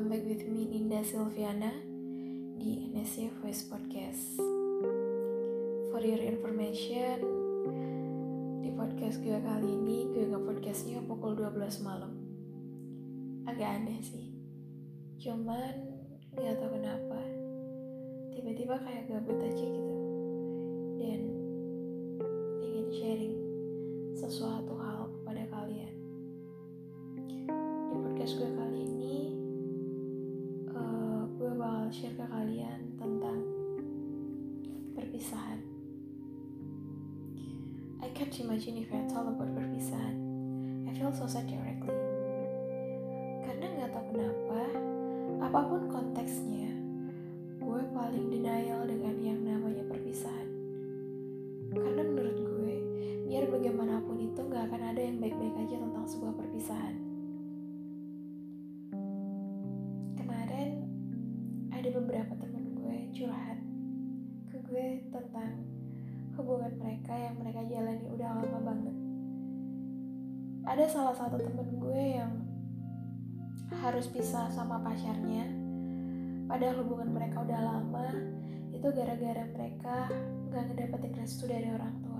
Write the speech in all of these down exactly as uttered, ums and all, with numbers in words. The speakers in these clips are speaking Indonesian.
welcome back with me Ninda Silviana di N S C Voice Podcast. For your information, di podcast gue kali ini gue nge-podcastnya pukul dua belas malam. Agak aneh sih, cuman gak tau kenapa tiba-tiba kayak gabut aja gitu, dan pengen sharing sesuatu hal kepada kalian. Di podcast gue kali ini uh, gue bakal share ke kalian tentang perpisahan. I can't imagine if I talk about perpisahan. I feel so sad directly. Karena gak tau kenapa, apapun konteksnya, gue paling denial dengan yang namanya perpisahan. Karena menurut gue, biar bagaimanapun itu gak akan ada yang baik-baik aja tentang sebuah perpisahan. Kemarin ada beberapa temen gue curhat ke gue tentang hubungan mereka yang mereka jalani udah lama banget. Ada salah satu temen gue yang harus pisah sama pacarnya, padahal hubungan mereka udah lama. Itu gara-gara mereka gak ngedapetin restu dari orang tua.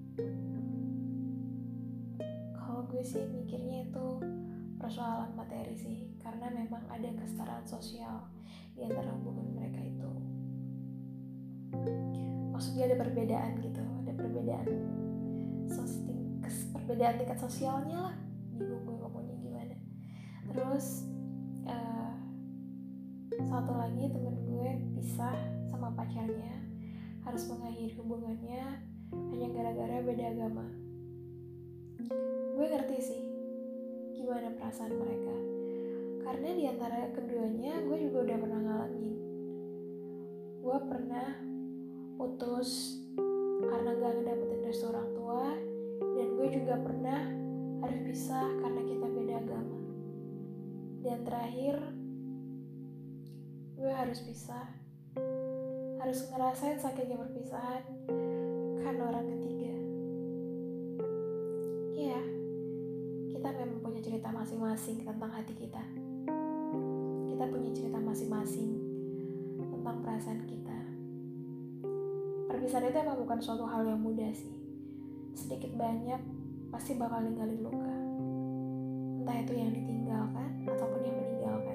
Kalau gue sih mikirnya itu persoalan materi sih, karena memang ada kesetaraan sosial di antara hubungan mereka itu. Maksudnya ada perbedaan gitu, ada perbedaan sos- perbedaan tingkat sosialnya lah. Bingung gue ngomongnya gimana. Terus uh, satu lagi temen gue pisah sama pacarnya, harus mengakhiri hubungannya hanya gara-gara beda agama. Gue ngerti sih gimana perasaan mereka, karena di antara keduanya gue juga udah pernah ngalamin. Gue pernah putus karena gak ngedapetin restu orang tua, dan gue juga pernah harus pisah karena kita beda agama. Dan terakhir, gue harus pisah, harus ngerasain sakitnya perpisahan karena orang ketiga. Ya, kita memang punya cerita masing-masing tentang hati kita. Kita punya cerita masing-masing tentang perasaan kita. Perpisahan itu emang bukan suatu hal yang mudah sih. Sedikit banyak pasti bakal ninggalin luka, entah itu yang ditinggalkan ataupun yang meninggalkan.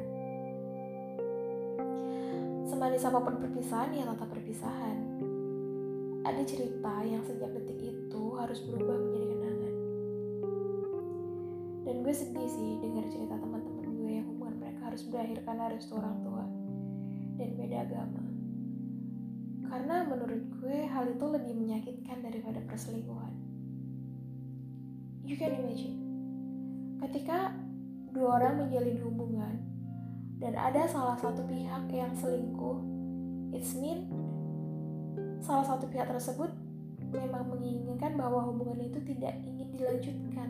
Semanis apapun perpisahan, ya tetap perpisahan. Ada cerita yang sejak detik itu harus berubah menjadi kenangan. Dan gue sedih sih dengar cerita teman-teman gue yang hubungan mereka harus berakhir karena restu orang tua dan beda agama. Karena menurut gue hal itu lebih menyakitkan daripada perselingkuhan. You can imagine, ketika dua orang menjalin hubungan dan ada salah satu pihak yang selingkuh, it's mean salah satu pihak tersebut memang menginginkan bahwa hubungan itu tidak ingin dilanjutkan,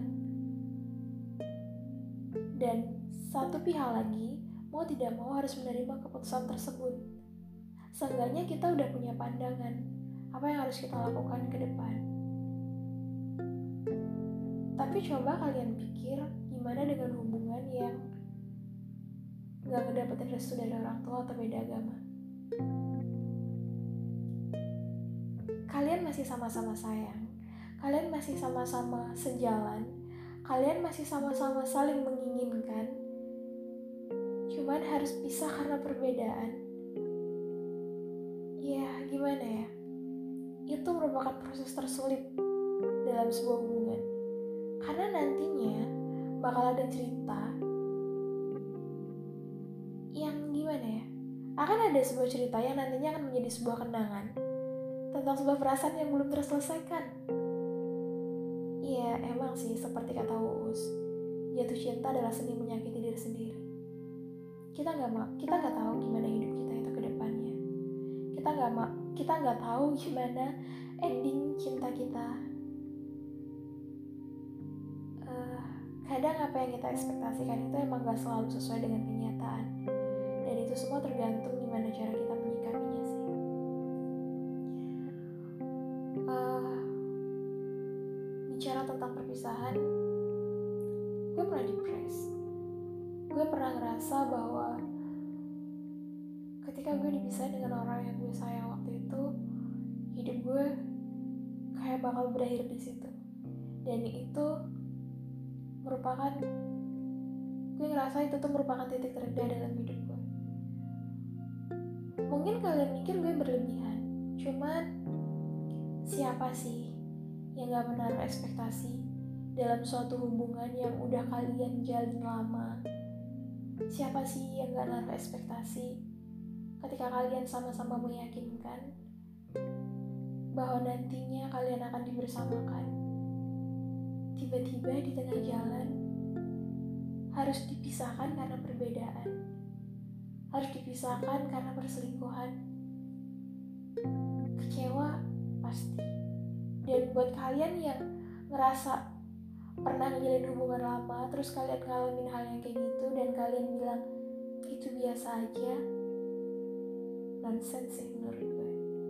dan satu pihak lagi mau tidak mau harus menerima keputusan tersebut. Seenggaknya kita udah punya pandangan apa yang harus kita lakukan ke depan. Tapi coba kalian pikir, gimana dengan hubungan yang gak ngedapetin restu dari orang tua atau beda agama? Kalian masih sama-sama sayang, kalian masih sama-sama sejalan, kalian masih sama-sama saling menginginkan, cuman harus pisah karena perbedaan. Ya gimana ya, itu merupakan proses tersulit dalam sebuah hubungan, karena nantinya bakal ada cerita yang gimana ya, akan ada sebuah cerita yang nantinya akan menjadi sebuah kenangan tentang sebuah perasaan yang belum terselesaikan. Iya emang sih, seperti kata Uus, jatuh cinta adalah seni menyakiti diri sendiri. Kita nggak ma- kita nggak tahu gimana hidup kita itu ke depannya. Kita nggak ma- kita nggak tahu gimana ending cinta kita. Uh, kadang apa yang kita ekspektasikan itu emang nggak selalu sesuai dengan kenyataan, dan itu semua tergantung gimana cara kita menyikapinya sih. Uh, bicara tentang perpisahan, gue pernah depres. Gue pernah ngerasa bahwa ketika gue dipisahin dengan orang yang gue sayang waktu itu, hidup gue kayak bakal berakhir di situ. Dan itu merupakan, gue ngerasa itu tuh merupakan titik terendah dalam hidup gue. Mungkin kalian mikir gue berlebihan, cuman siapa sih yang gak menaruh ekspektasi dalam suatu hubungan yang udah kalian jalin lama? Siapa sih yang gak naruh ekspektasi ketika kalian sama-sama meyakinkan bahwa nantinya kalian akan dibersamakan? Tiba-tiba di tengah jalan harus dipisahkan karena perbedaan, harus dipisahkan karena perselingkuhan. Kecewa pasti. Dan buat kalian yang ngerasa pernah ngejalin hubungan lama, terus kalian ngalamin hal yang kayak gitu dan kalian bilang itu biasa aja, nonsense sih menurut gue.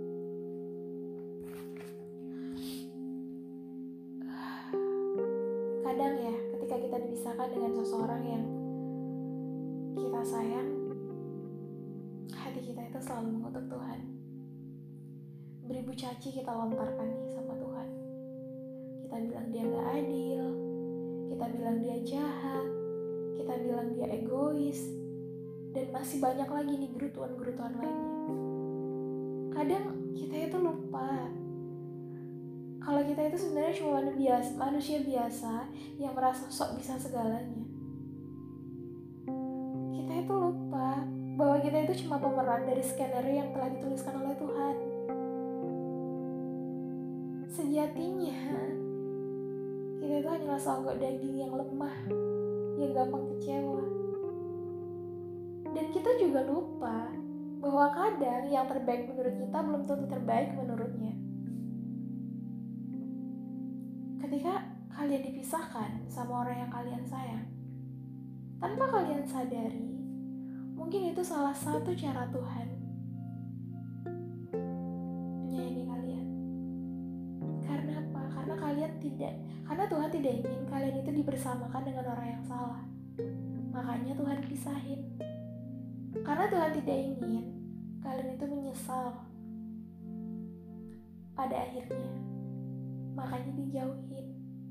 Kadang ya, ketika kita dipisahkan dengan seseorang yang kita sayang, hati kita itu selalu mengutuk Tuhan. Beribu caci kita lontarkan nih sama Tuhan. Kita bilang dia gak adil, kita bilang dia jahat, kita bilang dia egois, dan masih banyak lagi nih gerutuan-gerutuan lainnya. Kadang kita itu lupa kalau kita itu sebenarnya cuma biasa, manusia biasa yang merasa sok bisa segalanya. Kita itu lupa bahwa kita itu cuma pemeran dari skenario yang telah dituliskan oleh Tuhan. Sejatinya kita itu hanyalah seonggok daging yang lemah, yang gampang kecewa. Dan kita juga lupa bahwa kadang yang terbaik menurut kita belum tentu terbaik menurutnya. Ketika kalian dipisahkan sama orang yang kalian sayang, tanpa kalian sadari, mungkin itu salah satu cara Tuhan menyayangi kalian. Karena apa? Karena kalian tidak, karena Tuhan tidak ingin kalian itu dibersamakan dengan orang yang salah. Makanya Tuhan pisahin. Karena Tuhan tidak ingin kalian itu menyesal pada akhirnya, makanya dijauhin.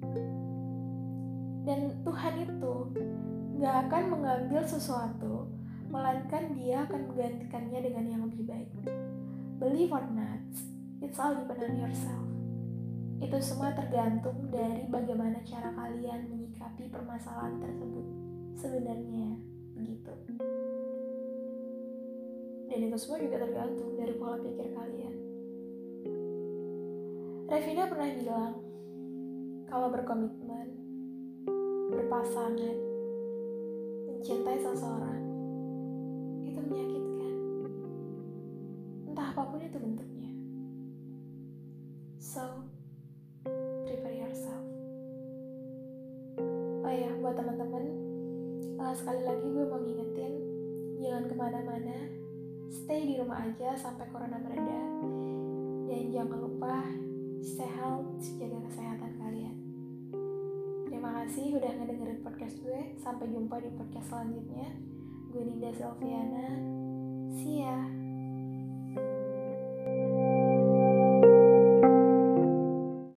Dan Tuhan itu gak akan mengambil sesuatu, melainkan dia akan menggantikannya dengan yang lebih baik. Believe or not, it's all depend on yourself. Itu semua tergantung dari bagaimana cara kalian menyikapi permasalahan tersebut. Sebenarnya begitu. Dan itu semua juga tergantung dari pola pikir kalian. Revina pernah bilang, kalau berkomitmen, berpasangan, mencintai seseorang, itu menyakitkan. Entah apapun itu bentuknya. So, prepare yourself. Oh ya, buat teman-teman, uh, sekali lagi gue mau ngingetin, jangan kemana-mana, stay di rumah aja sampai corona mereda. Dan jangan lupa stay healthy, jaga kesehatan kalian. Terima kasih udah ngedengerin podcast gue. Sampai jumpa di podcast selanjutnya. Gue Ninda Selviana. See ya.